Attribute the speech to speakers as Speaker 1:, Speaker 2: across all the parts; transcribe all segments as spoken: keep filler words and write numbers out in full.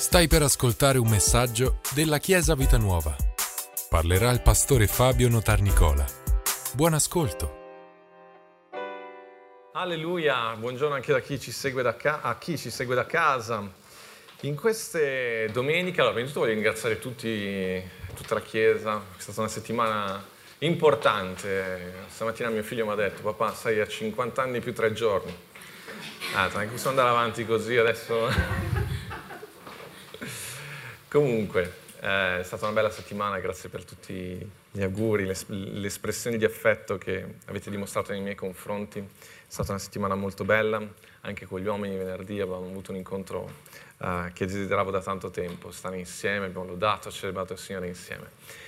Speaker 1: Stai per ascoltare un messaggio della Chiesa Vita Nuova. Parlerà il pastore Fabio Notarnicola. Buon ascolto.
Speaker 2: Alleluia, buongiorno anche da chi ci segue da ca- a chi ci segue da casa. In queste domeniche, allora, prima di tutto voglio ringraziare tutti, tutta la Chiesa, è stata una settimana importante. Stamattina mio figlio mi ha detto: papà, sei a cinquanta anni più tre giorni. Ah, non possiamo andare avanti così adesso. Comunque, eh, è stata una bella settimana, grazie per tutti gli auguri, le, le espressioni di affetto che avete dimostrato nei miei confronti. È stata una settimana molto bella, anche con gli uomini venerdì abbiamo avuto un incontro uh, che desideravo da tanto tempo, stare insieme, abbiamo lodato, celebrato il Signore insieme.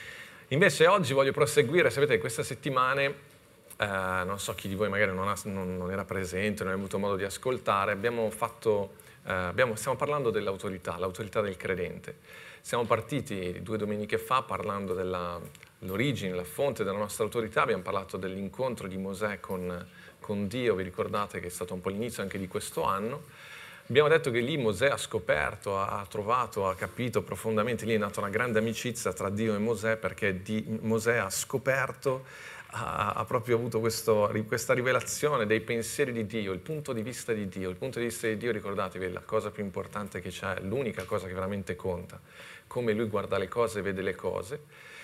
Speaker 2: Invece oggi voglio proseguire, sapete, queste settimane, uh, non so chi di voi magari non, ha, non, non era presente, non ha avuto modo di ascoltare, abbiamo fatto... Uh, abbiamo, stiamo parlando dell'autorità, l'autorità del credente. Siamo partiti due domeniche fa parlando dell'origine, la fonte della nostra autorità, abbiamo parlato dell'incontro di Mosè con, con Dio, vi ricordate che è stato un po' l'inizio anche di questo anno. Abbiamo detto che lì Mosè ha scoperto, ha trovato, ha capito profondamente, lì è nata una grande amicizia tra Dio e Mosè, perché di, Mosè ha scoperto, ha, ha proprio avuto questo, questa rivelazione dei pensieri di Dio, il punto di vista di Dio. Il punto di vista di Dio, ricordatevi, è la cosa più importante che c'è, l'unica cosa che veramente conta. Come Lui guarda le cose, vede le cose,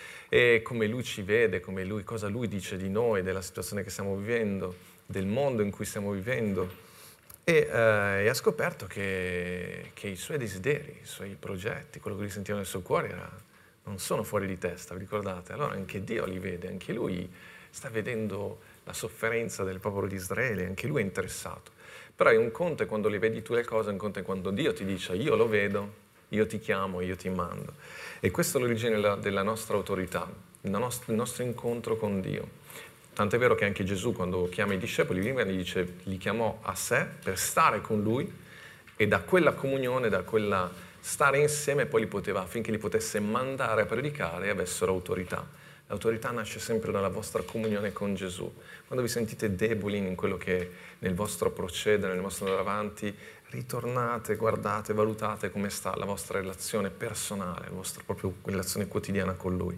Speaker 2: e come Lui ci vede, come lui, cosa Lui dice di noi, della situazione che stiamo vivendo, del mondo in cui stiamo vivendo. E, eh, e ha scoperto che, che i suoi desideri, i suoi progetti, quello che lui sentiva nel suo cuore era, non sono fuori di testa, vi ricordate? Allora anche Dio li vede, anche Lui sta vedendo la sofferenza del popolo di Israele, anche Lui è interessato. Però è un conto è quando li vedi tu le cose, un conto è quando Dio ti dice: io lo vedo, io ti chiamo, io ti mando. E questa è l'origine della, della nostra autorità, il nostro, il nostro incontro con Dio. Tant'è vero che anche Gesù, quando chiama i discepoli, li, dice, li chiamò a sé per stare con Lui, e da quella comunione, da quella stare insieme, poi li poteva, affinché li potesse mandare a predicare e avessero autorità. L'autorità nasce sempre dalla vostra comunione con Gesù. Quando vi sentite deboli in quello che nel vostro procedere, nel vostro andare avanti, ritornate, guardate, valutate come sta la vostra relazione personale, la vostra proprio relazione quotidiana con Lui.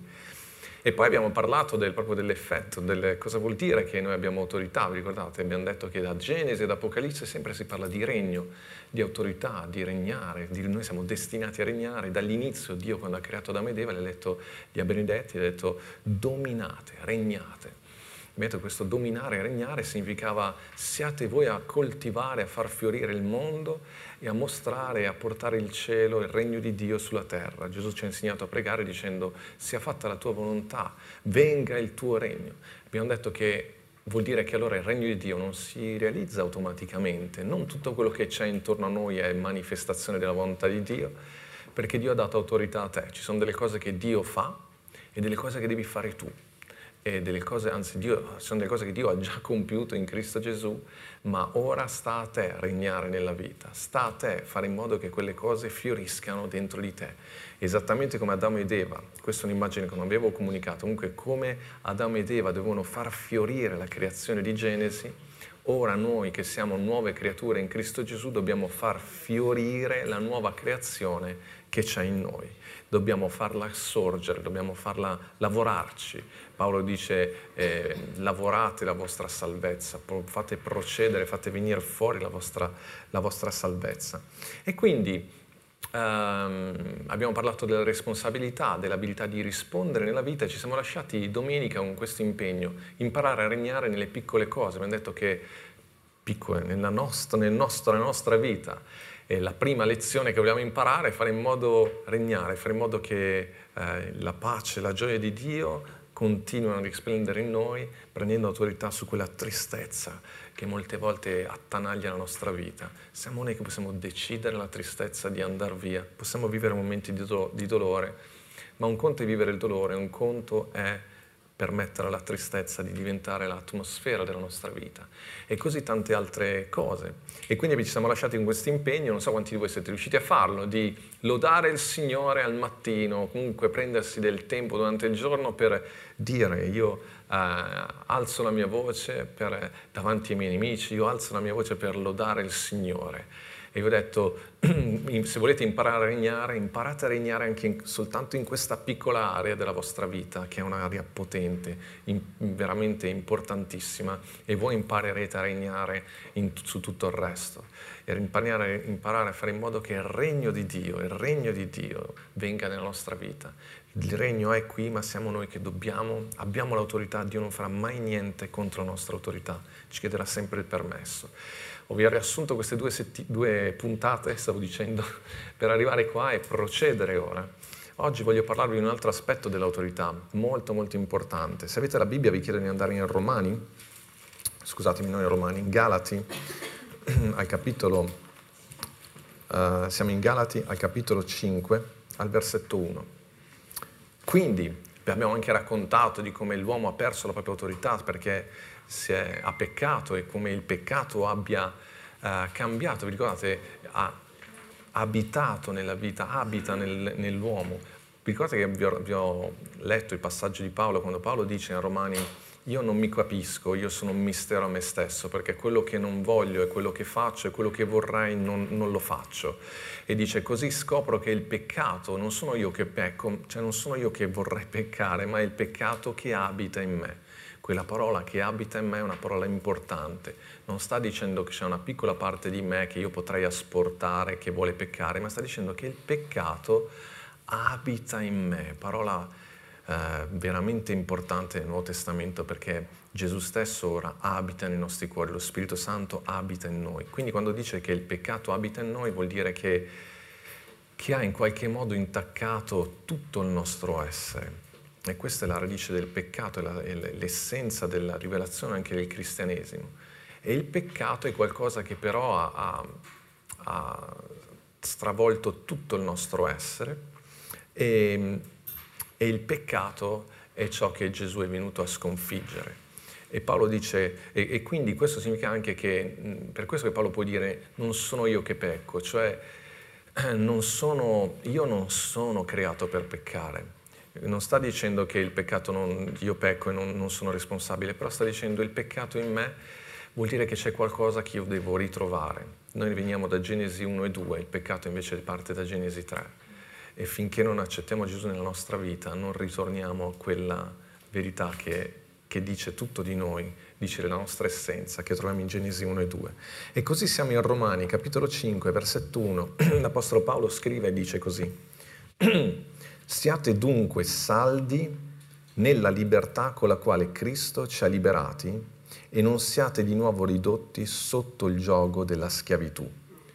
Speaker 2: E poi abbiamo parlato del, proprio dell'effetto, delle, cosa vuol dire che noi abbiamo autorità, vi ricordate? Abbiamo detto che da Genesi ed Apocalisse sempre si parla di regno, di autorità, di regnare, di, noi siamo destinati a regnare. Dall'inizio Dio, quando ha creato Adamo ed Eva, gli ha detto, li ha benedetti, gli ha detto dominate, regnate. Mentre questo dominare e regnare significava siate voi a coltivare, a far fiorire il mondo e a mostrare e a portare il cielo, il regno di Dio sulla terra. Gesù ci ha insegnato a pregare dicendo: sia fatta la tua volontà, venga il tuo regno. Abbiamo detto che vuol dire che allora il regno di Dio non si realizza automaticamente, non tutto quello che c'è intorno a noi è manifestazione della volontà di Dio, perché Dio ha dato autorità a te. Ci sono delle cose che Dio fa e delle cose che devi fare tu. E delle cose, anzi Dio, sono delle cose che Dio ha già compiuto in Cristo Gesù, ma ora sta a te regnare nella vita, sta a te fare in modo che quelle cose fioriscano dentro di te, esattamente come Adamo ed Eva. Questa è un'immagine che non avevo comunicato, comunque come Adamo ed Eva dovevano far fiorire la creazione di Genesi, ora noi che siamo nuove creature in Cristo Gesù dobbiamo far fiorire la nuova creazione che c'è in noi. Dobbiamo farla sorgere, dobbiamo farla lavorarci. Paolo dice eh, lavorate la vostra salvezza, fate procedere, fate venire fuori la vostra, la vostra salvezza. E quindi ehm, abbiamo parlato della responsabilità, dell'abilità di rispondere nella vita, e ci siamo lasciati domenica con questo impegno, imparare a regnare nelle piccole cose. Abbiamo detto che piccole, nella nostra, nel nostro, nella nostra vita. E la prima lezione che vogliamo imparare è fare in modo regnare, fare in modo che eh, la pace, la gioia di Dio continuano a risplendere in noi, prendendo autorità su quella tristezza che molte volte attanaglia la nostra vita. Siamo noi che possiamo decidere la tristezza di andare via, possiamo vivere momenti di, do- di dolore, ma un conto è vivere il dolore, un conto è permettere alla tristezza di diventare l'atmosfera della nostra vita, e così tante altre cose. E quindi ci siamo lasciati in questo impegno, non so quanti di voi siete riusciti a farlo, di lodare il Signore al mattino, comunque prendersi del tempo durante il giorno per dire: io eh, alzo la mia voce per, davanti ai miei nemici, io alzo la mia voce per lodare il Signore. E vi ho detto, se volete imparare a regnare, imparate a regnare anche in, soltanto in questa piccola area della vostra vita, che è un'area potente, in, veramente importantissima, e voi imparerete a regnare in, su tutto il resto. E imparare, imparare a fare in modo che il regno di Dio, il regno di Dio venga nella nostra vita. Il regno è qui, ma siamo noi che dobbiamo, abbiamo l'autorità, Dio non farà mai niente contro la nostra autorità, ci chiederà sempre il permesso. Vi ho riassunto queste due, setti- due puntate, stavo dicendo, per arrivare qua e procedere ora. Oggi voglio parlarvi di un altro aspetto dell'autorità, molto molto importante. Se avete la Bibbia vi chiedo di andare in Romani, scusatemi, non in Romani, in Galati, al capitolo, uh, siamo in Galati al capitolo cinque, al versetto uno. Quindi vi abbiamo anche raccontato di come l'uomo ha perso la propria autorità perché si è, ha peccato e come il peccato abbia uh, cambiato, vi ricordate, ha abitato nella vita, abita nel, nell'uomo. Vi ricordate che vi ho, vi ho letto il passaggio di Paolo quando Paolo dice in Romani: io non mi capisco, io sono un mistero a me stesso, perché quello che non voglio è quello che faccio e quello che vorrei non, non lo faccio. E dice: così scopro che il peccato non sono io che pecco, cioè non sono io che vorrei peccare, ma è il peccato che abita in me. Quella parola che abita in me è una parola importante. Non sta dicendo che c'è una piccola parte di me che io potrei asportare, che vuole peccare, ma sta dicendo che il peccato abita in me. Parola Uh, veramente importante nel Nuovo Testamento, perché Gesù stesso ora abita nei nostri cuori, lo Spirito Santo abita in noi. Quindi quando dice che il peccato abita in noi vuol dire che, che ha in qualche modo intaccato tutto il nostro essere. E questa è la radice del peccato, è, la, è l'essenza della rivelazione anche del cristianesimo. E il peccato è qualcosa che però ha, ha, ha stravolto tutto il nostro essere, e E il peccato è ciò che Gesù è venuto a sconfiggere. E Paolo dice, e, e quindi questo significa anche che, per questo che Paolo può dire, non sono io che pecco, cioè non sono, io non sono creato per peccare. Non sta dicendo che il peccato, non, io pecco e non, non sono responsabile, però sta dicendo il peccato in me vuol dire che c'è qualcosa che io devo ritrovare. Noi veniamo da Genesi uno e due, il peccato invece parte da Genesi tre. E finché non accettiamo Gesù nella nostra vita, non ritorniamo a quella verità che, che dice tutto di noi, dice la nostra essenza, che troviamo in Genesi uno e due. E così siamo in Romani, capitolo cinque, versetto uno. L'Apostolo Paolo scrive e dice così: siate dunque saldi nella libertà con la quale Cristo ci ha liberati e non siate di nuovo ridotti sotto il giogo della schiavitù.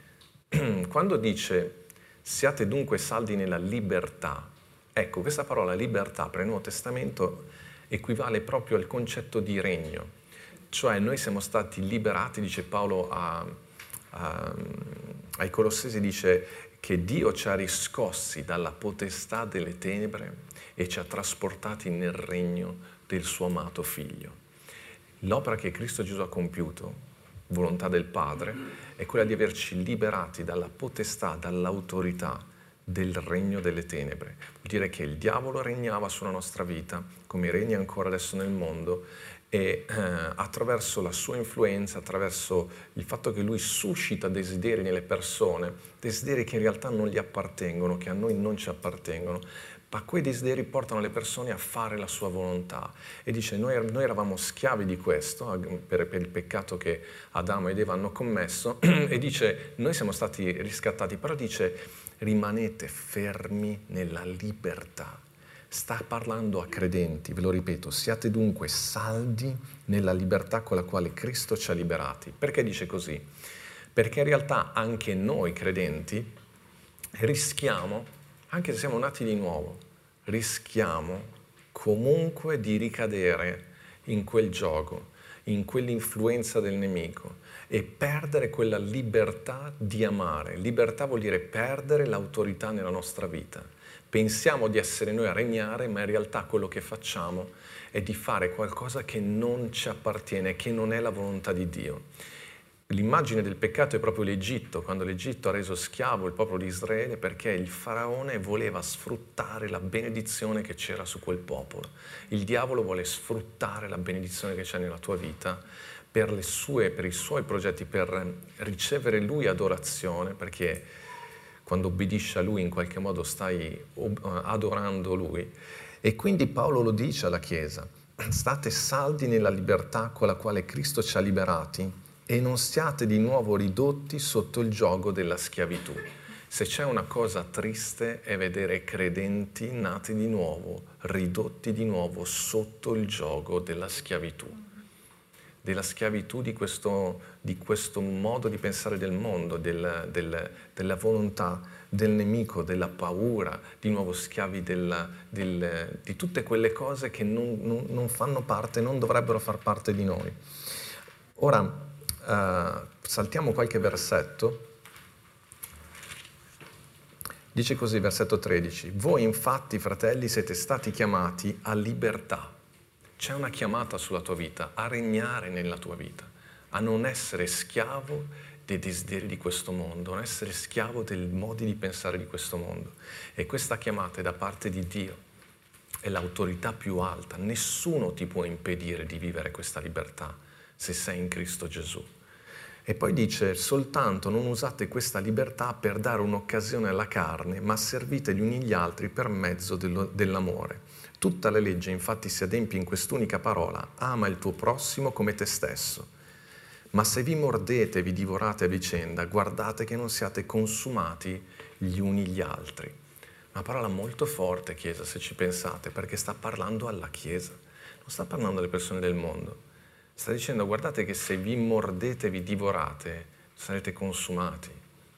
Speaker 2: Quando dice siate dunque saldi nella libertà, ecco, questa parola libertà per il Nuovo Testamento equivale proprio al concetto di regno. Cioè noi siamo stati liberati, dice Paolo a, a, ai Colossesi, dice che Dio ci ha riscossi dalla potestà delle tenebre e ci ha trasportati nel regno del suo amato Figlio. L'opera che Cristo Gesù ha compiuto, volontà del Padre, è quella di averci liberati dalla potestà, dall'autorità del regno delle tenebre. Vuol dire che il diavolo regnava sulla nostra vita, come regna ancora adesso nel mondo, e eh, attraverso la sua influenza, attraverso il fatto che lui suscita desideri nelle persone, desideri che in realtà non gli appartengono, che a noi non ci appartengono, ma quei desideri portano le persone a fare la sua volontà. E dice, noi, noi eravamo schiavi di questo, per, per il peccato che Adamo ed Eva hanno commesso, e dice, noi siamo stati riscattati, però dice, rimanete fermi nella libertà. Sta parlando a credenti, ve lo ripeto, siate dunque saldi nella libertà con la quale Cristo ci ha liberati. Perché dice così? Perché in realtà anche noi credenti rischiamo, anche se siamo nati di nuovo, rischiamo comunque di ricadere in quel gioco, in quell'influenza del nemico e perdere quella libertà di amare. Libertà vuol dire perdere l'autorità nella nostra vita. Pensiamo di essere noi a regnare, ma in realtà quello che facciamo è di fare qualcosa che non ci appartiene, che non è la volontà di Dio. L'immagine del peccato è proprio l'Egitto, quando l'Egitto ha reso schiavo il popolo di Israele perché il faraone voleva sfruttare la benedizione che c'era su quel popolo. Il diavolo vuole sfruttare la benedizione che c'è nella tua vita per, le sue, per i suoi progetti, per ricevere Lui adorazione, perché quando obbedisci a Lui in qualche modo stai adorando Lui. E quindi Paolo lo dice alla Chiesa: state saldi nella libertà con la quale Cristo ci ha liberati e non siate di nuovo ridotti sotto il giogo della schiavitù. Se c'è una cosa triste è vedere credenti nati di nuovo, ridotti di nuovo sotto il giogo della schiavitù. Della schiavitù di questo, di questo modo di pensare del mondo, del, del, della volontà del nemico, della paura, di nuovo schiavi del, del, di tutte quelle cose che non, non, non fanno parte, non dovrebbero far parte di noi. Ora, uh, saltiamo qualche versetto. Dice così, versetto tredici: voi infatti, fratelli, siete stati chiamati a libertà. C'è una chiamata sulla tua vita, a regnare nella tua vita, a non essere schiavo dei desideri di questo mondo, non essere schiavo dei modi di pensare di questo mondo. E questa chiamata è da parte di Dio, è l'autorità più alta. Nessuno ti può impedire di vivere questa libertà se sei in Cristo Gesù. E poi dice: soltanto non usate questa libertà per dare un'occasione alla carne, ma servite gli uni gli altri per mezzo dello, dell'amore. Tutta la legge infatti si adempie in quest'unica parola: ama il tuo prossimo come te stesso. Ma se vi mordete e vi divorate a vicenda, guardate che non siate consumati gli uni gli altri. Una parola molto forte, Chiesa, se ci pensate, perché sta parlando alla Chiesa, non sta parlando alle persone del mondo. Sta dicendo: guardate che se vi mordete e vi divorate, sarete consumati.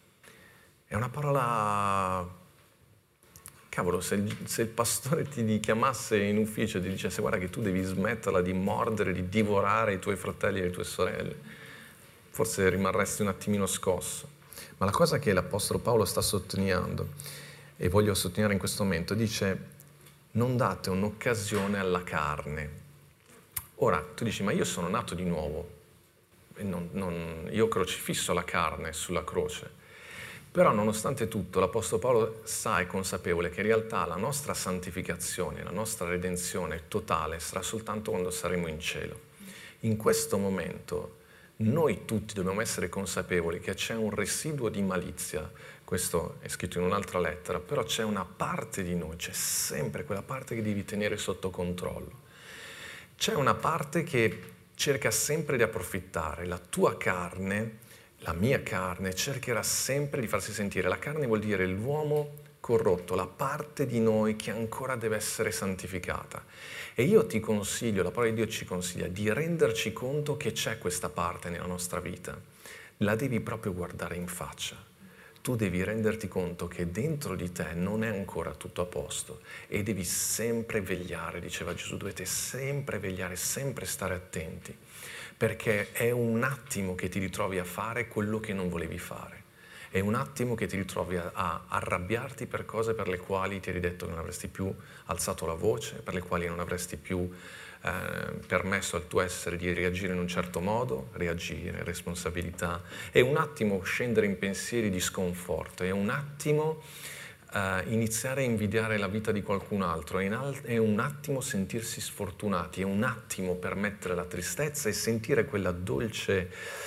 Speaker 2: È una parola... Cavolo, se il, se il pastore ti chiamasse in ufficio e ti dicesse: guarda che tu devi smetterla di mordere, di divorare i tuoi fratelli e le tue sorelle, forse rimarresti un attimino scosso. Ma la cosa che l'Apostolo Paolo sta sottolineando, e voglio sottolineare in questo momento, dice: non date un'occasione alla carne. Ora, tu dici: ma io sono nato di nuovo, e non, non, io crocifisso la carne sulla croce. Però nonostante tutto l'Apostolo Paolo sa, è consapevole che in realtà la nostra santificazione, la nostra redenzione totale sarà soltanto quando saremo in cielo. In questo momento noi tutti dobbiamo essere consapevoli che c'è un residuo di malizia, questo è scritto in un'altra lettera, però c'è una parte di noi, c'è sempre quella parte che devi tenere sotto controllo. C'è una parte che cerca sempre di approfittare, la tua carne, la mia carne, cercherà sempre di farsi sentire. La carne vuol dire l'uomo corrotto, la parte di noi che ancora deve essere santificata. E io ti consiglio, la parola di Dio ci consiglia, di renderci conto che c'è questa parte nella nostra vita. La devi proprio guardare in faccia. Tu devi renderti conto che dentro di te non è ancora tutto a posto e devi sempre vegliare, diceva Gesù, dovete sempre vegliare, sempre stare attenti. Perché è un attimo che ti ritrovi a fare quello che non volevi fare. È un attimo che ti ritrovi a, a arrabbiarti per cose per le quali ti eri detto che non avresti più alzato la voce, per le quali non avresti più eh, permesso al tuo essere di reagire in un certo modo, reagire, responsabilità. È un attimo scendere in pensieri di sconforto, è un attimo Uh, iniziare a invidiare la vita di qualcun altro, è, al- è un attimo sentirsi sfortunati, è un attimo permettere la tristezza e sentire quella dolce,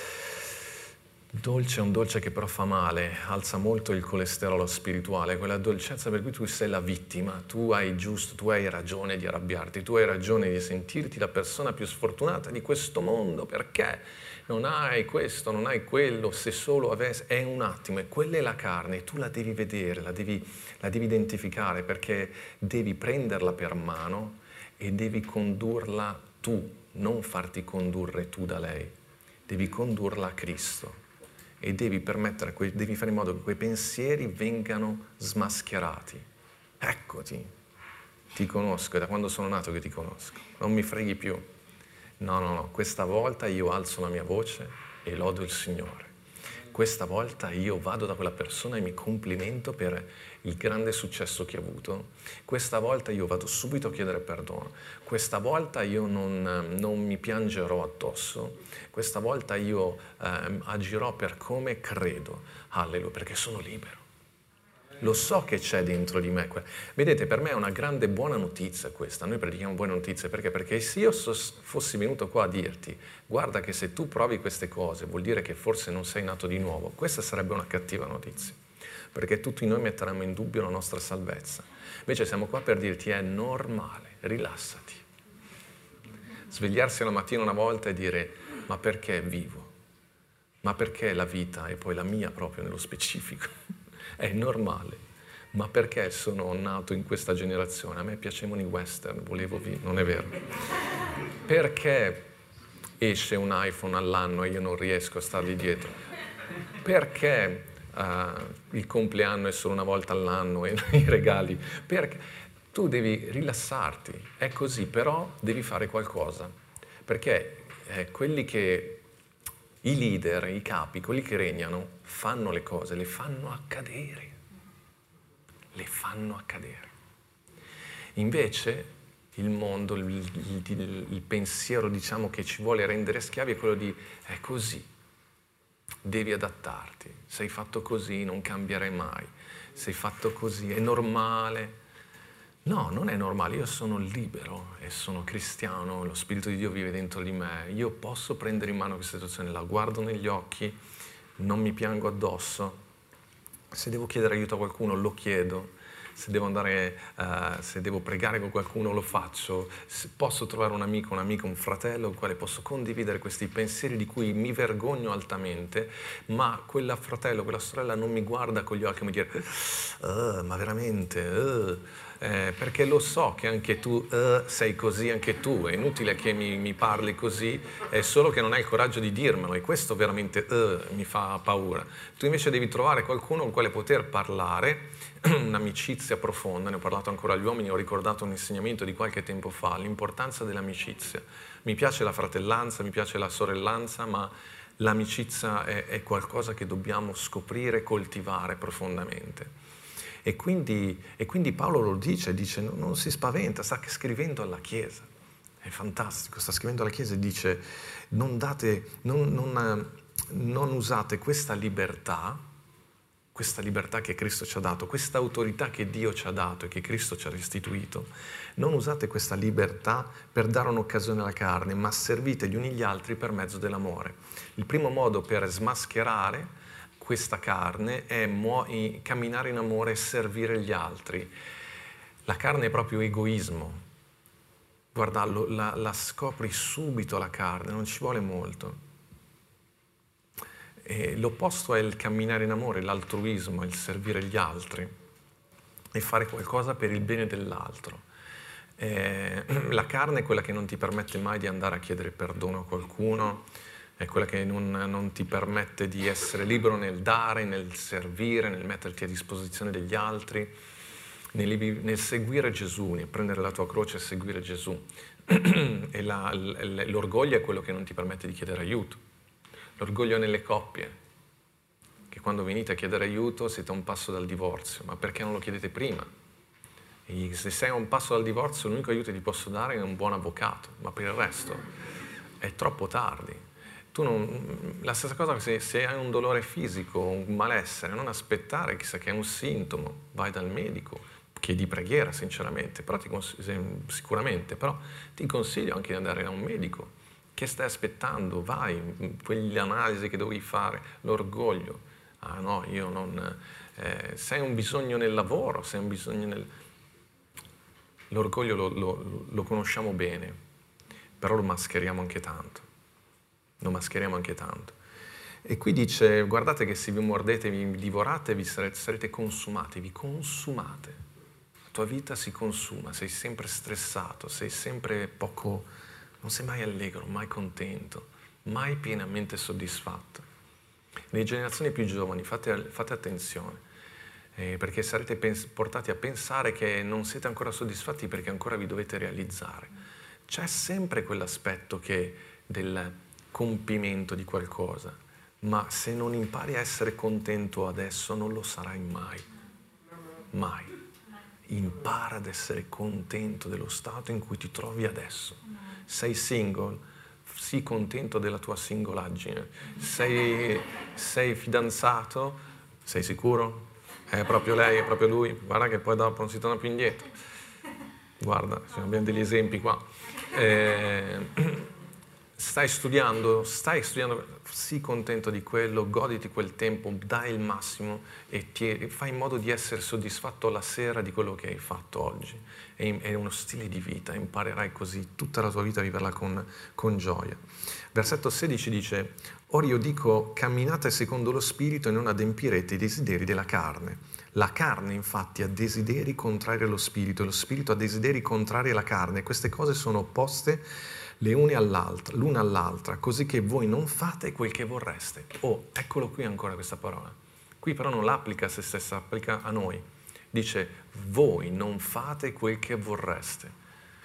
Speaker 2: dolce è un dolce che però fa male, alza molto il colesterolo spirituale, quella dolcezza per cui tu sei la vittima, tu hai giusto, tu hai ragione di arrabbiarti, tu hai ragione di sentirti la persona più sfortunata di questo mondo, perché non hai questo, non hai quello, se solo avessi... È un attimo, e quella è la carne, tu la devi vedere, la devi, la devi identificare, perché devi prenderla per mano e devi condurla tu, non farti condurre tu da lei. Devi condurla a Cristo e devi permettere, devi fare in modo che quei pensieri vengano smascherati. Eccoti, ti conosco, è da quando sono nato che ti conosco, non mi freghi più. No, no, no, questa volta io alzo la mia voce e lodo il Signore. Questa volta io vado da quella persona e mi complimento per il grande successo che ha avuto. Questa volta io vado subito a chiedere perdono. Questa volta io non, non mi piangerò addosso. Questa volta io eh, agirò per come credo. Alleluia, perché sono libero. Lo so che c'è dentro di me. Vedete, per me è una grande buona notizia questa. Noi predichiamo buone notizie perché? Perché se io fossi venuto qua a dirti guarda che se tu provi queste cose vuol dire che forse non sei nato di nuovo, questa sarebbe una cattiva notizia, perché tutti noi metteremmo in dubbio la nostra salvezza. Invece siamo qua per dirti è normale, rilassati. Svegliarsi la mattina una volta e dire ma perché vivo? Ma perché la vita e poi la mia proprio nello specifico? È normale, ma perché sono nato in questa generazione? A me piacevano i western, volevo vivere, non è vero. Perché esce un iPhone all'anno e io non riesco a stargli dietro? Perché uh, il compleanno è solo una volta all'anno e i regali? Perché tu devi rilassarti, è così, però devi fare qualcosa. Perché eh, quelli che... I leader, i capi, quelli che regnano, fanno le cose, le fanno accadere. Le fanno accadere. Invece il mondo, il, il, il pensiero, diciamo, che ci vuole rendere schiavi è quello di è così, devi adattarti, sei fatto così, non cambierai mai, sei fatto così, è normale. No, non è normale, io sono libero e sono cristiano, lo Spirito di Dio vive dentro di me, io posso prendere in mano questa situazione, la guardo negli occhi, non mi piango addosso, se devo chiedere aiuto a qualcuno lo chiedo, se devo andare, uh, se devo pregare con qualcuno lo faccio, se posso trovare un amico, un'amica, un fratello con il quale posso condividere questi pensieri di cui mi vergogno altamente, ma quella fratello, quella sorella non mi guarda con gli occhi e mi dice oh, ma veramente, oh. Eh, perché lo so che anche tu uh, sei così, anche tu, è inutile che mi, mi parli così, è solo che non hai il coraggio di dirmelo e questo veramente uh, mi fa paura. Tu invece devi trovare qualcuno con il quale poter parlare, un'amicizia profonda, ne ho parlato ancora agli uomini, ho ricordato un insegnamento di qualche tempo fa, l'importanza dell'amicizia. Mi piace la fratellanza, mi piace la sorellanza, ma l'amicizia è, è qualcosa che dobbiamo scoprire e coltivare profondamente. E quindi, e quindi Paolo lo dice, dice non, non si spaventa, sta scrivendo alla Chiesa, è fantastico, sta scrivendo alla Chiesa e dice non, date, non, non, non usate questa libertà, questa libertà che Cristo ci ha dato, questa autorità che Dio ci ha dato e che Cristo ci ha restituito, non usate questa libertà per dare un'occasione alla carne, ma servite gli uni gli altri per mezzo dell'amore. Il primo modo per smascherare questa carne è mu- camminare in amore e servire gli altri. La carne è proprio egoismo. Guarda, lo, la, la scopri subito la carne, non ci vuole molto. E l'opposto è il camminare in amore, l'altruismo, il servire gli altri e fare qualcosa per il bene dell'altro. Eh, la carne è quella che non ti permette mai di andare a chiedere perdono a qualcuno, è quella che non, non ti permette di essere libero nel dare, nel servire, nel metterti a disposizione degli altri, nel, nel seguire Gesù, nel prendere la tua croce e seguire Gesù. E la, l'orgoglio è quello che non ti permette di chiedere aiuto. L'orgoglio nelle coppie, che quando venite a chiedere aiuto siete a un passo dal divorzio, ma perché non lo chiedete prima? E se sei a un passo dal divorzio l'unico aiuto che ti posso dare è un buon avvocato, ma per il resto è troppo tardi. Tu non, la stessa cosa se, se hai un dolore fisico, un malessere, non aspettare chissà che è un sintomo, vai dal medico, chiedi preghiera sinceramente, però ti sicuramente, però ti consiglio anche di andare da un medico. Che stai aspettando? Vai, quelle analisi che dovevi fare, l'orgoglio. Ah no, io non... Eh, se hai un bisogno nel lavoro, se hai un bisogno nel... L'orgoglio lo, lo, lo conosciamo bene, però lo mascheriamo anche tanto. Lo mascheriamo anche tanto. E qui dice, guardate che se vi mordete, vi divorate, vi sarete, sarete consumati, vi consumate. La tua vita si consuma, sei sempre stressato, sei sempre poco, non sei mai allegro, mai contento, mai pienamente soddisfatto. Le generazioni più giovani, fate, fate attenzione, eh, perché sarete pens- portati a pensare che non siete ancora soddisfatti perché ancora vi dovete realizzare. C'è sempre quell'aspetto che del compimento di qualcosa, ma se non impari a essere contento adesso non lo sarai mai, mai. Impara ad essere contento dello stato in cui ti trovi adesso. Sei single, sii contento della tua singolaggine. Sei, sei fidanzato, sei sicuro? È proprio lei, è proprio lui, guarda che poi dopo non si torna più indietro. Guarda, abbiamo degli esempi qua. Eh, stai studiando, stai studiando, sii contento di quello, goditi quel tempo, dai il massimo e ti, fai in modo di essere soddisfatto la sera di quello che hai fatto oggi. È, è uno stile di vita, imparerai così tutta la tua vita a viverla con, con gioia. Versetto sedici dice: «Ora io dico, camminate secondo lo Spirito e non adempirete i desideri della carne. La carne infatti ha desideri contrari allo Spirito e lo Spirito ha desideri contrari alla carne. Queste cose sono opposte le une all'altra, l'una all'altra, così che voi non fate quel che vorreste». Oh, eccolo qui ancora questa parola. Qui però non l'applica a se stessa, applica a noi. Dice, voi non fate quel che vorreste.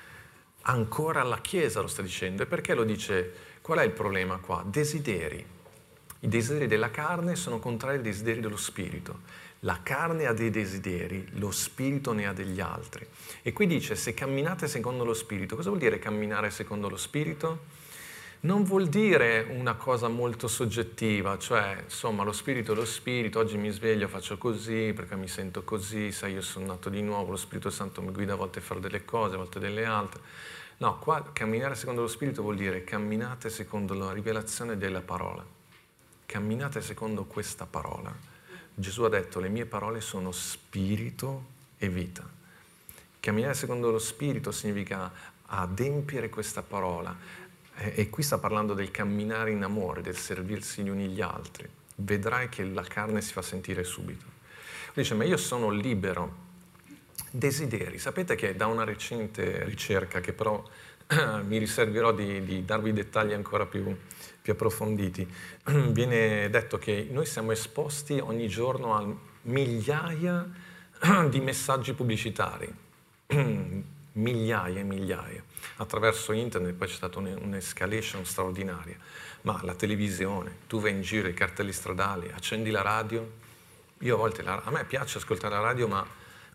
Speaker 2: Ancora alla Chiesa lo sta dicendo. E perché lo dice? Qual è il problema qua? Desideri. I desideri della carne sono contrari ai desideri dello Spirito. La carne ha dei desideri, lo Spirito ne ha degli altri. E qui dice, se camminate secondo lo Spirito, cosa vuol dire camminare secondo lo Spirito? Non vuol dire una cosa molto soggettiva, cioè, insomma, lo Spirito è lo Spirito, oggi mi sveglio, faccio così, perché mi sento così, sai, io sono nato di nuovo, lo Spirito Santo mi guida a volte a fare delle cose, a volte delle altre. No, qua camminare secondo lo Spirito vuol dire camminate secondo la rivelazione della parola. Camminate secondo questa parola. Gesù ha detto, le mie parole sono spirito e vita. Camminare secondo lo Spirito significa adempiere questa parola. E, e qui sta parlando del camminare in amore, del servirsi gli uni gli altri. Vedrai che la carne si fa sentire subito. Dice, ma io sono libero. Desideri. Sapete che da una recente ricerca, che però mi riserverò di, di darvi dettagli ancora più, più approfonditi, viene detto che noi siamo esposti ogni giorno a migliaia di messaggi pubblicitari, migliaia e migliaia, attraverso internet. Poi c'è stata un'escalation straordinaria, ma la televisione, tu vai in giro, i cartelli stradali, accendi la radio, io a volte, la, a me piace ascoltare la radio, ma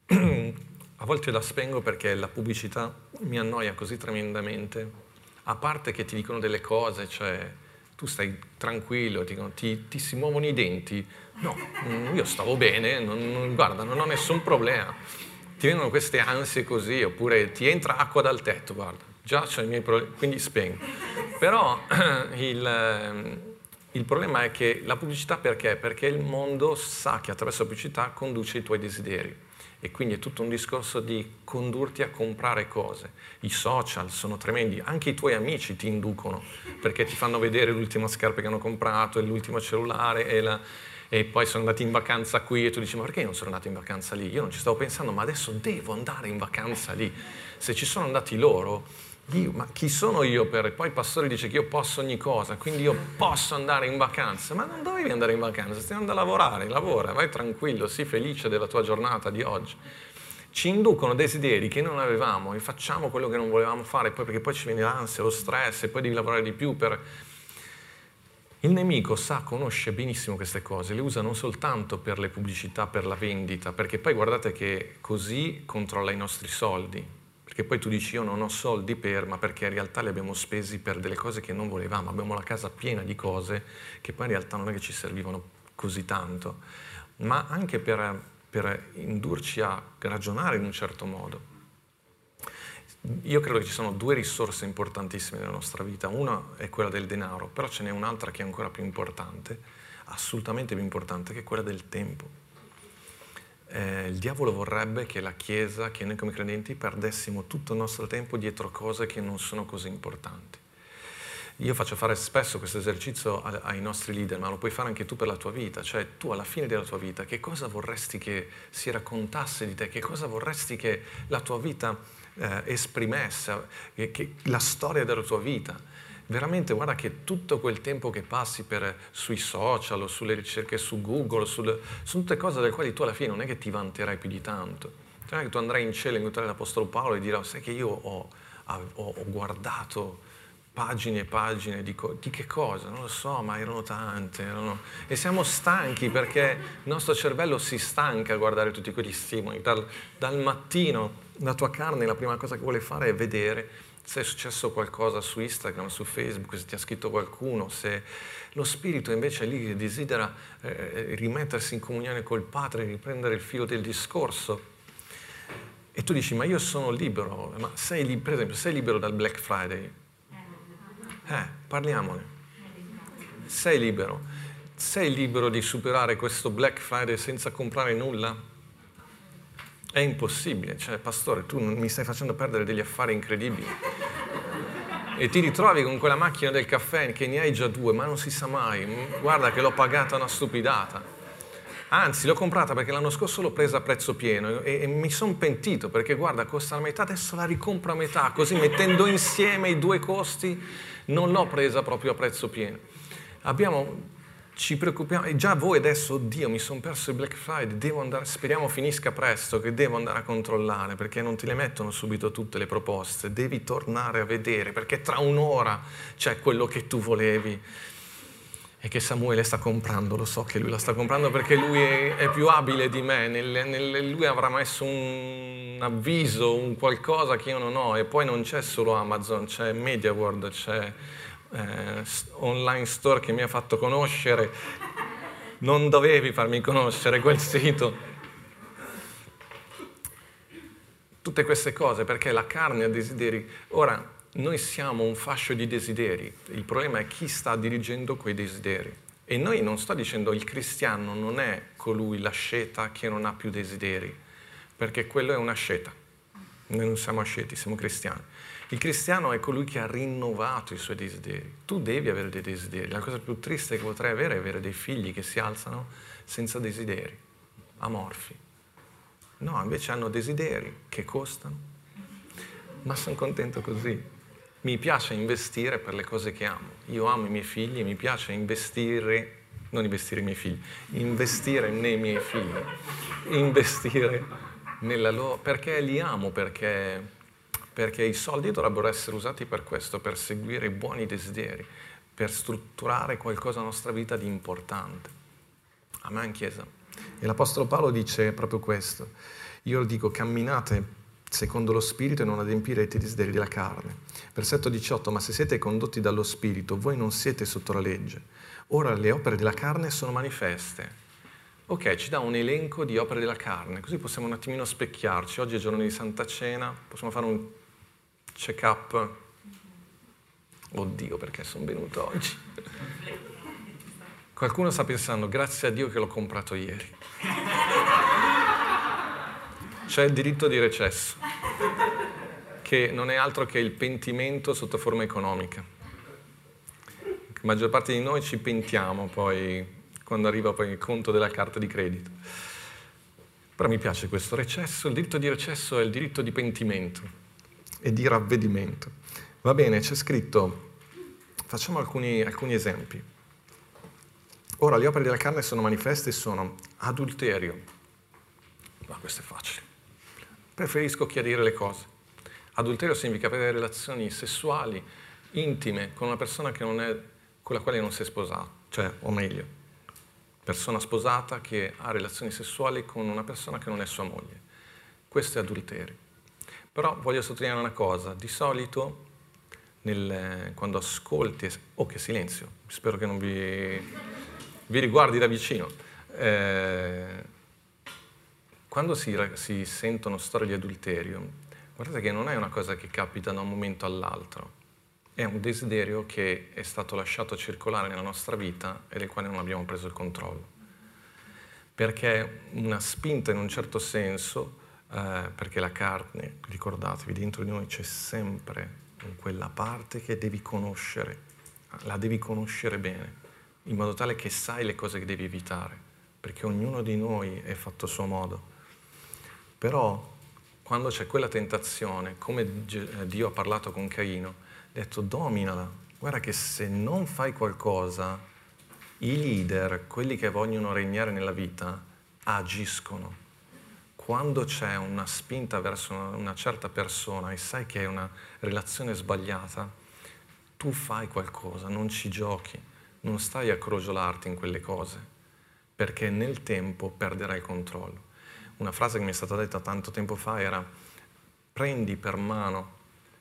Speaker 2: a volte la spengo perché la pubblicità mi annoia così tremendamente, a parte che ti dicono delle cose, cioè tu stai tranquillo, ti, ti, ti si muovono i denti, no, io stavo bene, non, non, guarda, non ho nessun problema, ti vengono queste ansie così, oppure ti entra acqua dal tetto, guarda, già c'ho i miei problemi, quindi spengo. Però il, il problema è che la pubblicità perché? Perché il mondo sa che attraverso la pubblicità conduce i tuoi desideri. E quindi è tutto un discorso di condurti a comprare cose. I social sono tremendi, anche i tuoi amici ti inducono, perché ti fanno vedere l'ultima scarpa che hanno comprato, e l'ultimo cellulare, e, la, e poi sono andati in vacanza qui, e tu dici, ma perché io non sono andato in vacanza lì? Io non ci stavo pensando, ma adesso devo andare in vacanza lì. Se ci sono andati loro, io, ma chi sono io per... Poi il pastore dice che io posso ogni cosa, quindi io posso andare in vacanza. Ma non dovevi andare in vacanza, stai andando a lavorare, lavora, vai tranquillo, sii felice della tua giornata di oggi. Ci inducono desideri che non avevamo e facciamo quello che non volevamo fare, poi perché poi ci viene l'ansia, lo stress, e poi devi lavorare di più per... Il nemico sa, conosce benissimo queste cose, le usa non soltanto per le pubblicità, per la vendita, perché poi guardate che così controlla i nostri soldi. Perché poi tu dici io non ho soldi per, ma perché in realtà li abbiamo spesi per delle cose che non volevamo, abbiamo la casa piena di cose che poi in realtà non è che ci servivano così tanto, ma anche per, per indurci a ragionare in un certo modo. Io credo che ci sono due risorse importantissime nella nostra vita, una è quella del denaro, però ce n'è un'altra che è ancora più importante, assolutamente più importante, che è quella del tempo. Eh, il diavolo vorrebbe che la Chiesa, che noi come credenti perdessimo tutto il nostro tempo dietro cose che non sono così importanti. Io faccio fare spesso questo esercizio ai nostri leader, ma lo puoi fare anche tu per la tua vita, cioè tu alla fine della tua vita che cosa vorresti che si raccontasse di te, che cosa vorresti che la tua vita eh, esprimesse, che, che, la storia della tua vita. Veramente guarda che tutto quel tempo che passi per, sui social o sulle ricerche su Google, sul, sono tutte cose delle quali tu alla fine non è che ti vanterai più di tanto. Cioè non è che tu andrai in cielo a incontrare l'Apostolo Paolo e dirai, sai che io ho, ho, ho guardato pagine e pagine di, di che cosa? Non lo so, ma erano tante. Erano... E siamo stanchi perché il nostro cervello si stanca a guardare tutti quegli stimoli. Dal, dal mattino la tua carne la prima cosa che vuole fare è vedere se è successo qualcosa su Instagram, su Facebook, se ti ha scritto qualcuno, se lo Spirito invece è lì che desidera eh, rimettersi in comunione col Padre, riprendere il filo del discorso, e tu dici, ma io sono libero, ma sei, li- per esempio, sei libero dal Black Friday? Eh, parliamone. Sei libero? Sei libero di superare questo Black Friday senza comprare nulla? È impossibile. Cioè, pastore, tu mi stai facendo perdere degli affari incredibili. E ti ritrovi con quella macchina del caffè che ne hai già due, ma non si sa mai. Guarda che l'ho pagata una stupidata. Anzi, l'ho comprata perché l'anno scorso l'ho presa a prezzo pieno e, e mi sono pentito perché, guarda, costa la metà, adesso la ricompro a metà, così mettendo insieme i due costi non l'ho presa proprio a prezzo pieno. Abbiamo, ci preoccupiamo, e già voi adesso, oddio, mi sono perso il Black Friday, devo andare, speriamo finisca presto, che devo andare a controllare, perché non ti le mettono subito tutte le proposte, devi tornare a vedere, perché tra un'ora c'è quello che tu volevi. E che Samuele sta comprando, lo so che lui la sta comprando perché lui è, è più abile di me, nel, nel, lui avrà messo un avviso, un qualcosa che io non ho, e poi non c'è solo Amazon, c'è MediaWorld, c'è eh, Online Store che mi ha fatto conoscere, non dovevi farmi conoscere quel sito. Tutte queste cose perché la carne ha desideri. Ora, noi siamo un fascio di desideri, il problema è chi sta dirigendo quei desideri. E noi non sto dicendo il cristiano non è colui, l'asceta, che non ha più desideri, perché quello è un'asceta. Noi non siamo asceti, siamo cristiani. Il cristiano è colui che ha rinnovato i suoi desideri. Tu devi avere dei desideri. La cosa più triste che potrai avere è avere dei figli che si alzano senza desideri, amorfi. No, invece hanno desideri che costano, ma sono contento così. Mi piace investire per le cose che amo. Io amo i miei figli, mi piace investire, non investire i miei figli, investire nei miei figli, investire nella loro, perché li amo, perché, perché i soldi dovrebbero essere usati per questo, per seguire i buoni desideri, per strutturare qualcosa nella nostra vita di importante. Amen, Chiesa. E l'Apostolo Paolo dice proprio questo. Io dico, camminate secondo lo Spirito e non adempirete i desideri della carne. Versetto diciotto, ma se siete condotti dallo Spirito, voi non siete sotto la legge. Ora le opere della carne sono manifeste. Ok, ci dà un elenco di opere della carne, così possiamo un attimino specchiarci. Oggi è giorno di Santa Cena, possiamo fare un check-up. Oddio, perché sono venuto oggi? Qualcuno sta pensando, grazie a Dio che l'ho comprato ieri. C'è il diritto di recesso, che non è altro che il pentimento sotto forma economica. La maggior parte di noi ci pentiamo poi quando arriva poi il conto della carta di credito. Però mi piace questo recesso, il diritto di recesso è il diritto di pentimento e di ravvedimento. Va bene, c'è scritto, facciamo alcuni, alcuni esempi. Ora, le opere della carne sono manifeste e sono adulterio. Ma questo è facile. Preferisco chiarire le cose. Adulterio significa avere relazioni sessuali intime con una persona che non è, con la quale non si è sposato, cioè, o meglio, persona sposata che ha relazioni sessuali con una persona che non è sua moglie. Questo è adulterio. Però voglio sottolineare una cosa, di solito nel, quando ascolti, oh che silenzio, spero che non vi, vi riguardi da vicino, eh, quando si, si sentono storie di adulterio, guardate che non è una cosa che capita da un momento all'altro, è un desiderio che è stato lasciato circolare nella nostra vita e del quale non abbiamo preso il controllo. Perché una spinta in un certo senso, eh, perché la carne, ricordatevi, dentro di noi c'è sempre in quella parte che devi conoscere, la devi conoscere bene, in modo tale che sai le cose che devi evitare, perché ognuno di noi è fatto a suo modo. Però quando c'è quella tentazione, come Dio ha parlato con Caino, ha detto dominala, guarda che se non fai qualcosa, i leader, quelli che vogliono regnare nella vita, agiscono. Quando c'è una spinta verso una, una certa persona e sai che è una relazione sbagliata, tu fai qualcosa, non ci giochi, non stai a crogiolarti in quelle cose, perché nel tempo perderai il controllo. Una frase che mi è stata detta tanto tempo fa era prendi per mano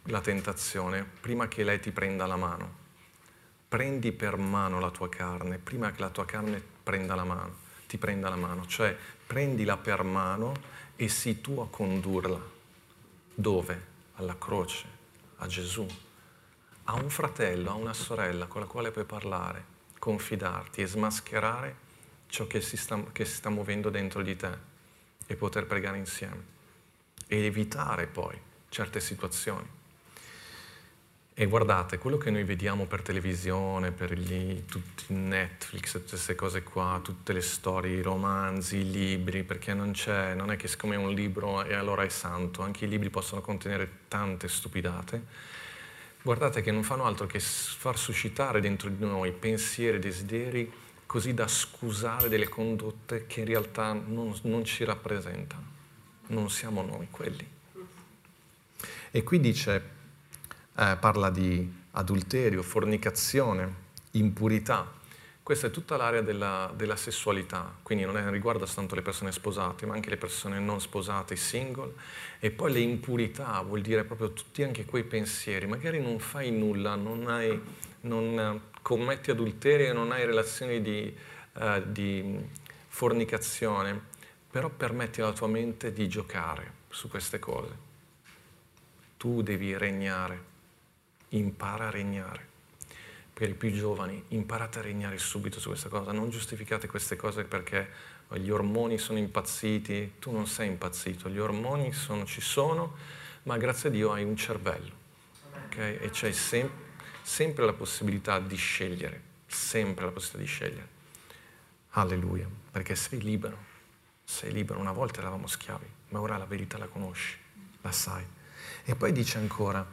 Speaker 2: la tentazione prima che lei ti prenda la mano. Prendi per mano la tua carne prima che la tua carne prenda la mano, ti prenda la mano. Cioè, prendila per mano e sii tu a condurla. Dove? Alla croce, a Gesù. A un fratello, a una sorella con la quale puoi parlare, confidarti e smascherare ciò che si sta, che si sta muovendo dentro di te e poter pregare insieme e evitare poi certe situazioni. E guardate, quello che noi vediamo per televisione, per gli, tutti Netflix, tutte queste cose qua, tutte le storie, i romanzi, i libri, perché non c'è, non è che siccome è un libro e allora è santo, anche i libri possono contenere tante stupidate. Guardate che non fanno altro che far suscitare dentro di noi pensieri, desideri, così da scusare delle condotte che in realtà non, non ci rappresentano. Non siamo noi quelli. E qui dice... Eh, parla di adulterio, fornicazione, impurità. Questa è tutta l'area della, della sessualità, quindi non è, riguarda soltanto le persone sposate, ma anche le persone non sposate, single. E poi le impurità vuol dire proprio tutti anche quei pensieri. Magari non fai nulla, non, hai, non commetti adulterio, non hai relazioni di, uh, di fornicazione, però permetti alla tua mente di giocare su queste cose. Tu devi regnare. Impara a regnare. Per i più giovani, imparate a regnare subito su questa cosa. Non giustificate queste cose perché gli ormoni sono impazziti. Tu non sei impazzito. Gli ormoni sono, ci sono, ma grazie a Dio hai un cervello. Okay? E c'hai sem- sempre la possibilità di scegliere. Sempre la possibilità di scegliere. Alleluia. Perché sei libero. Sei libero. Una volta eravamo schiavi, ma ora la verità la conosci. La sai. E poi dice ancora...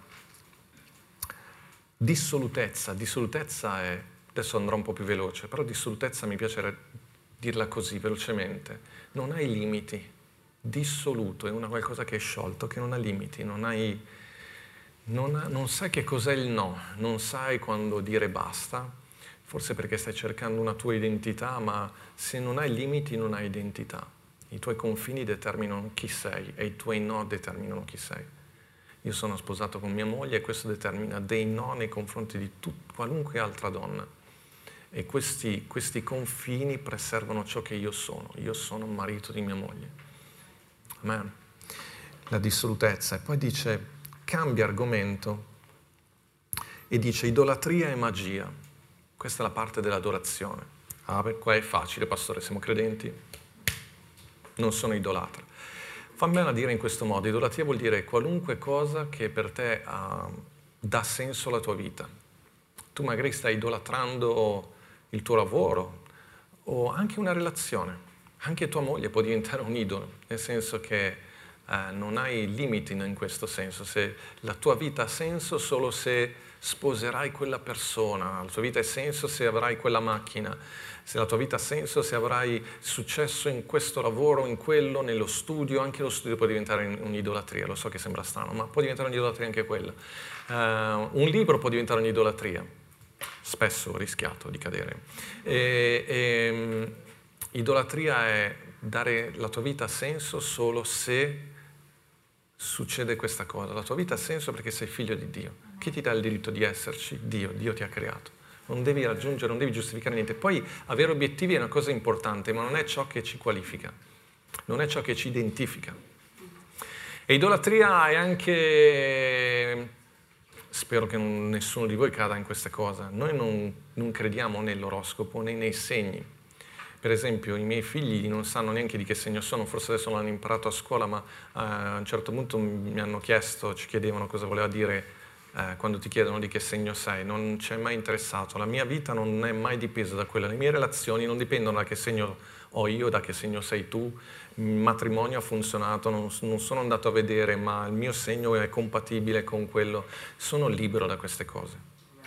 Speaker 2: Dissolutezza, dissolutezza è, adesso andrò un po' più veloce, però dissolutezza mi piace dirla così velocemente, non hai limiti, dissoluto è una qualcosa che è sciolto, che non ha limiti, non hai, non, ha, non sai che cos'è il no, non sai quando dire basta, forse perché stai cercando una tua identità, ma se non hai limiti non hai identità, i tuoi confini determinano chi sei e i tuoi no determinano chi sei. Io sono sposato con mia moglie e questo determina dei no nei confronti di tut, qualunque altra donna. E questi, questi confini preservano ciò che io sono. Io sono marito di mia moglie. Amen. La dissolutezza. E poi dice, cambia argomento e dice idolatria e magia. Questa è la parte dell'adorazione. Ah, beh, qua è facile, pastore, siamo credenti? Non sono idolatra. Fammela dire in questo modo, idolatria vuol dire qualunque cosa che per te uh, dà senso alla tua vita. Tu magari stai idolatrando il tuo lavoro o anche una relazione. Anche tua moglie può diventare un idolo, nel senso che uh, non hai limiti in questo senso. Se la tua vita ha senso solo se sposerai quella persona, la tua vita ha senso se avrai quella macchina, se la tua vita ha senso se avrai successo in questo lavoro, in quello, nello studio. Anche lo studio può diventare un'idolatria, lo so che sembra strano, ma può diventare un'idolatria anche quella. Uh, un libro può diventare un'idolatria, spesso ho rischiato di cadere. E, e, idolatria è dare la tua vita a senso solo se succede questa cosa. La tua vita ha senso perché sei figlio di Dio. Chi ti dà il diritto di esserci? Dio, Dio ti ha creato. Non devi raggiungere, non devi giustificare niente. Poi avere obiettivi è una cosa importante, ma non è ciò che ci qualifica, non è ciò che ci identifica. E idolatria è anche, spero che non, nessuno di voi cada in questa cosa, noi non, non crediamo nell'oroscopo né nei segni. Per esempio, i miei figli non sanno neanche di che segno sono, forse adesso l'hanno imparato a scuola, ma eh, a un certo punto mi hanno chiesto, ci chiedevano cosa voleva dire eh, quando ti chiedono di che segno sei. Non ci è mai interessato, la mia vita non è mai dipesa da quella, le mie relazioni non dipendono da che segno ho io, da che segno sei tu, il matrimonio ha funzionato, non, non sono andato a vedere, ma il mio segno è compatibile con quello. Sono libero da queste cose.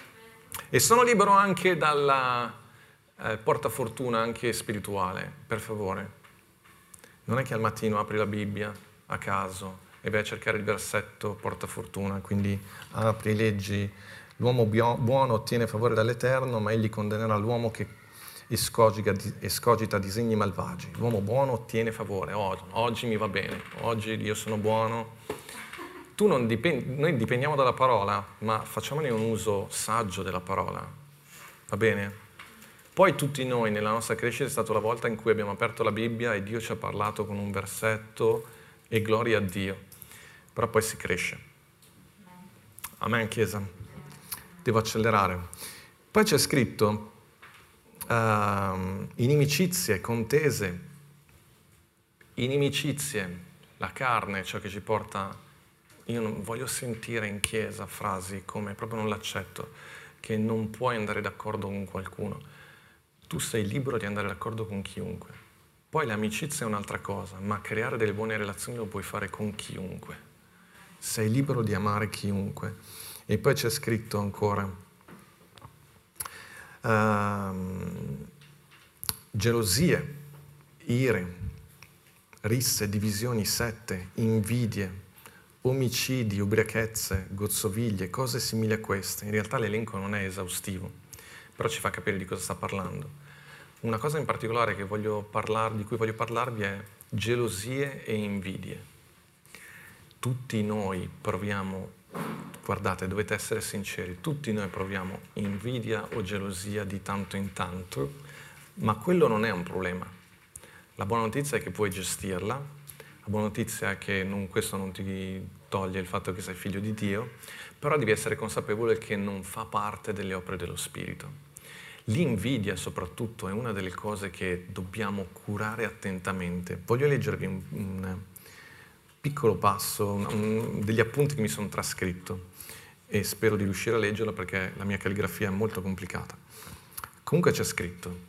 Speaker 2: E sono libero anche dalla... Eh, portafortuna anche spirituale, per favore. Non è che al mattino apri la Bibbia a caso e vai a cercare il versetto portafortuna, quindi apri, leggi, l'uomo buono ottiene favore dall'Eterno, ma egli condannerà l'uomo che escogita, escogita disegni malvagi. L'uomo buono ottiene favore, oh, oggi mi va bene, oggi io sono buono, tu non dipendi, noi dipendiamo dalla parola, ma facciamone un uso saggio della parola, va bene? Poi tutti noi nella nostra crescita è stata la volta in cui abbiamo aperto la Bibbia e Dio ci ha parlato con un versetto e gloria a Dio, però poi si cresce. Amen, Chiesa. Devo accelerare. Poi c'è scritto uh, inimicizie, contese, inimicizie, la carne, ciò che ci porta... Io non voglio sentire in chiesa frasi come, proprio non l'accetto, che non puoi andare d'accordo con qualcuno. Tu sei libero di andare d'accordo con chiunque. Poi l'amicizia è un'altra cosa, ma creare delle buone relazioni lo puoi fare con chiunque. Sei libero di amare chiunque. E poi c'è scritto ancora uh, gelosie, ire, risse, divisioni, sette, invidie, omicidi, ubriachezze, gozzoviglie, cose simili a queste. In realtà l'elenco non è esaustivo, però ci fa capire di cosa sta parlando. Una cosa in particolare che voglio parlar, di cui voglio parlarvi è gelosie e invidie. Tutti noi proviamo, guardate, dovete essere sinceri, tutti noi proviamo invidia o gelosia di tanto in tanto, ma quello non è un problema. La buona notizia è che puoi gestirla, la buona notizia è che non, questo non ti toglie il fatto che sei figlio di Dio, però devi essere consapevole che non fa parte delle opere dello Spirito. L'invidia soprattutto è una delle cose che dobbiamo curare attentamente. Voglio leggervi un, un piccolo passo, un, degli appunti che mi sono trascritto e spero di riuscire a leggerlo perché la mia calligrafia è molto complicata. Comunque c'è scritto,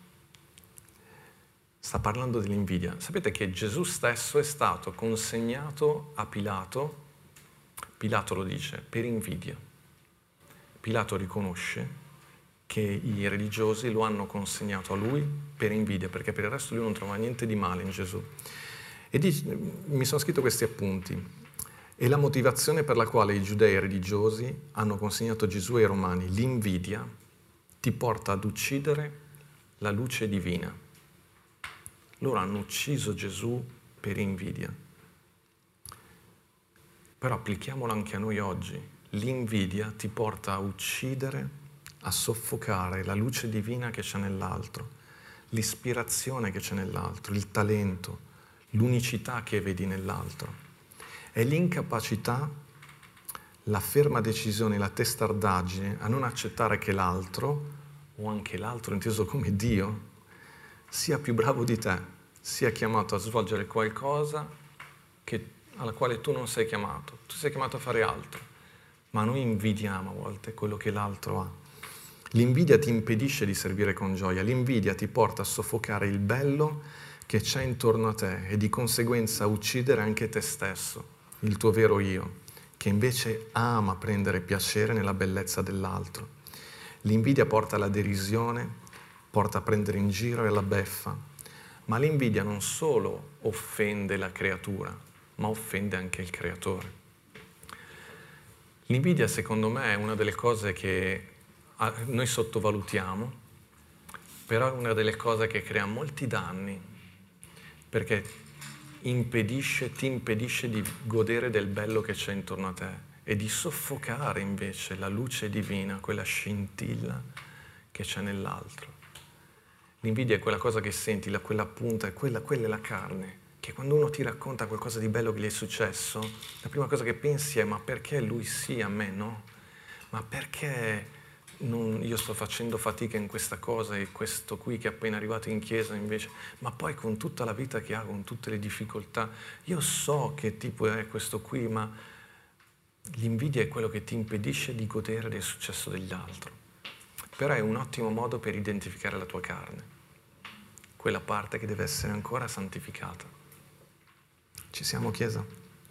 Speaker 2: sta parlando dell'invidia. Sapete che Gesù stesso è stato consegnato a Pilato, Pilato lo dice, per invidia. Pilato riconosce che i religiosi lo hanno consegnato a lui per invidia, perché per il resto lui non trova niente di male in Gesù. E dice, mi sono scritto questi appunti. E la motivazione per la quale i giudei religiosi hanno consegnato Gesù ai Romani, l'invidia, ti porta ad uccidere la luce divina. Loro hanno ucciso Gesù per invidia. Però applichiamolo anche a noi oggi. L'invidia ti porta a uccidere, a soffocare la luce divina che c'è nell'altro, l'ispirazione che c'è nell'altro, il talento, l'unicità che vedi nell'altro. È l'incapacità, la ferma decisione, la testardaggine a non accettare che l'altro, o anche l'altro inteso come Dio, sia più bravo di te, sia chiamato a svolgere qualcosa che, alla quale tu non sei chiamato. Tu sei chiamato a fare altro, ma noi invidiamo a volte quello che l'altro ha. L'invidia ti impedisce di servire con gioia, l'invidia ti porta a soffocare il bello che c'è intorno a te e di conseguenza a uccidere anche te stesso, il tuo vero io, che invece ama prendere piacere nella bellezza dell'altro. L'invidia porta alla derisione, porta a prendere in giro e alla beffa, ma l'invidia non solo offende la creatura, ma offende anche il creatore. L'invidia, secondo me, è una delle cose che noi sottovalutiamo, però è una delle cose che crea molti danni, perché impedisce, ti impedisce di godere del bello che c'è intorno a te e di soffocare invece la luce divina, quella scintilla che c'è nell'altro. L'invidia è quella cosa che senti, la, quella punta, è quella, quella è la carne, che quando uno ti racconta qualcosa di bello che gli è successo, la prima cosa che pensi è ma perché lui sì, a me no? Ma perché... Non, io sto facendo fatica in questa cosa e questo qui che è appena arrivato in chiesa invece, ma poi con tutta la vita che ha, con tutte le difficoltà, io so che tipo è questo qui, ma l'invidia è quello che ti impedisce di godere del successo degli altri. Però è un ottimo modo per identificare la tua carne, quella parte che deve essere ancora santificata. Ci siamo, Chiesa?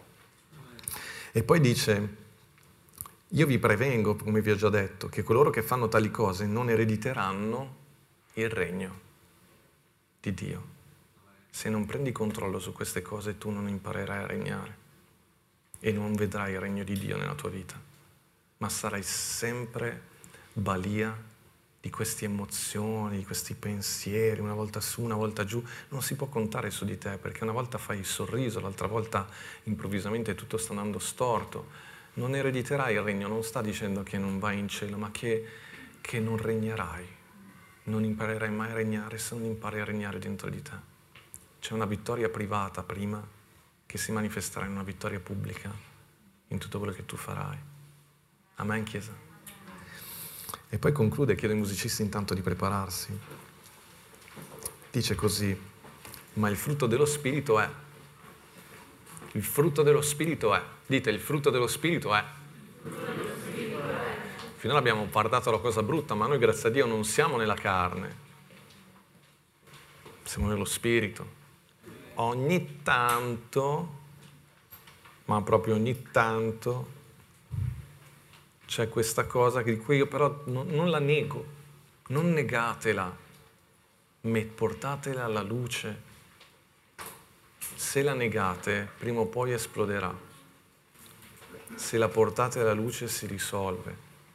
Speaker 2: E poi dice... Io vi prevengo, come vi ho già detto, che coloro che fanno tali cose non erediteranno il regno di Dio. Se non prendi controllo su queste cose, tu non imparerai a regnare e non vedrai il regno di Dio nella tua vita, ma sarai sempre balia di queste emozioni, di questi pensieri, una volta su, una volta giù, non si può contare su di te, perché una volta fai il sorriso, l'altra volta improvvisamente tutto sta andando storto. Non erediterai il regno, non sta dicendo che non vai in cielo, ma che, che non regnerai. Non imparerai mai a regnare se non impari a regnare dentro di te. C'è una vittoria privata prima che si manifesterà in una vittoria pubblica in tutto quello che tu farai. Amen, Chiesa? E poi conclude, chiedo ai musicisti intanto di prepararsi. Dice così: ma il frutto dello Spirito è. Il frutto dello Spirito è. Dite, il frutto dello Spirito è. Finora abbiamo guardato la cosa brutta, ma noi, grazie a Dio, non siamo nella carne. Siamo nello Spirito. Ogni tanto, ma proprio ogni tanto, c'è questa cosa di cui io però non, non la nego, non negatela, portatela alla luce. Se la negate, prima o poi esploderà. Se la portate alla luce si risolve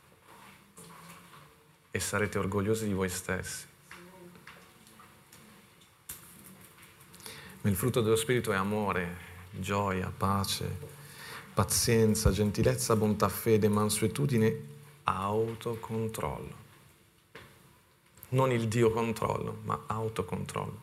Speaker 2: e sarete orgogliosi di voi stessi. Ma il frutto dello Spirito è amore, gioia, pace, pazienza, gentilezza, bontà, fede, mansuetudine, autocontrollo. Non il Dio controllo, ma autocontrollo.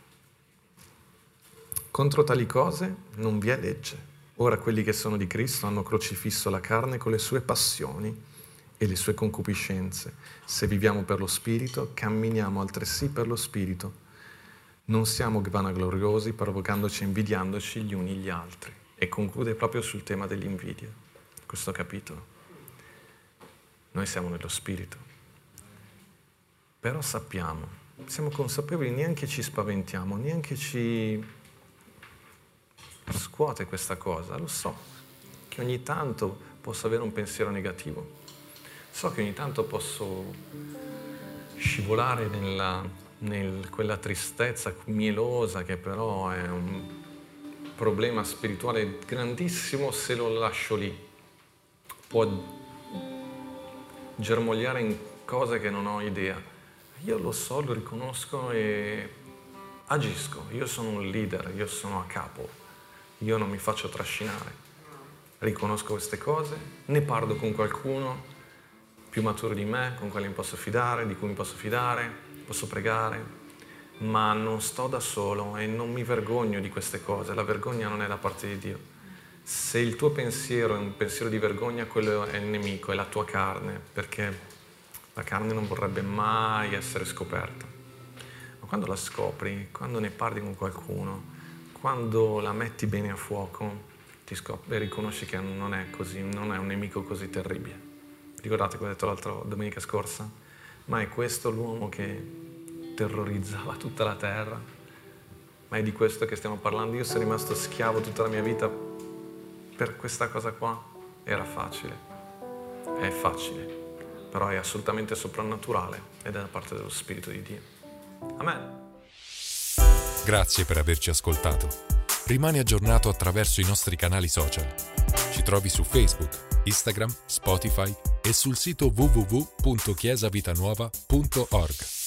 Speaker 2: Contro tali cose non vi è legge. Ora quelli che sono di Cristo hanno crocifisso la carne con le sue passioni e le sue concupiscenze. Se viviamo per lo Spirito, camminiamo altresì per lo Spirito. Non siamo vanagloriosi, provocandoci e invidiandoci gli uni gli altri. E conclude proprio sul tema dell'invidia, questo capitolo. Noi siamo nello Spirito, però sappiamo, siamo consapevoli, neanche ci spaventiamo, neanche ci scuote questa cosa. Lo so che ogni tanto posso avere un pensiero negativo, so che ogni tanto posso scivolare nella, nel quella tristezza mielosa che però è un problema spirituale grandissimo se lo lascio lì. Può germogliare in cose che non ho idea. Io lo so, lo riconosco e agisco. Io sono un leader, io sono a capo. Io non mi faccio trascinare. Riconosco queste cose, ne parlo con qualcuno più maturo di me, con quale mi posso fidare, di cui mi posso fidare, posso pregare. Ma non sto da solo e non mi vergogno di queste cose. La vergogna non è da parte di Dio. Se il tuo pensiero è un pensiero di vergogna, quello è il nemico, è la tua carne, perché la carne non vorrebbe mai essere scoperta. Ma quando la scopri, quando ne parli con qualcuno, quando la metti bene a fuoco, ti scopri e riconosci che non è così, non è un nemico così terribile. Ricordate cosa ho detto l'altra domenica scorsa? Ma è questo l'uomo che terrorizzava tutta la terra, ma è di questo che stiamo parlando. Io sono rimasto schiavo tutta la mia vita per questa cosa qua. Era facile, è facile, però è assolutamente soprannaturale ed è da parte dello Spirito di Dio. Amen.
Speaker 1: Grazie per averci ascoltato. Rimani aggiornato attraverso i nostri canali social. Ci trovi su Facebook, Instagram, Spotify e sul sito w w w punto chiesa vita nuova punto org.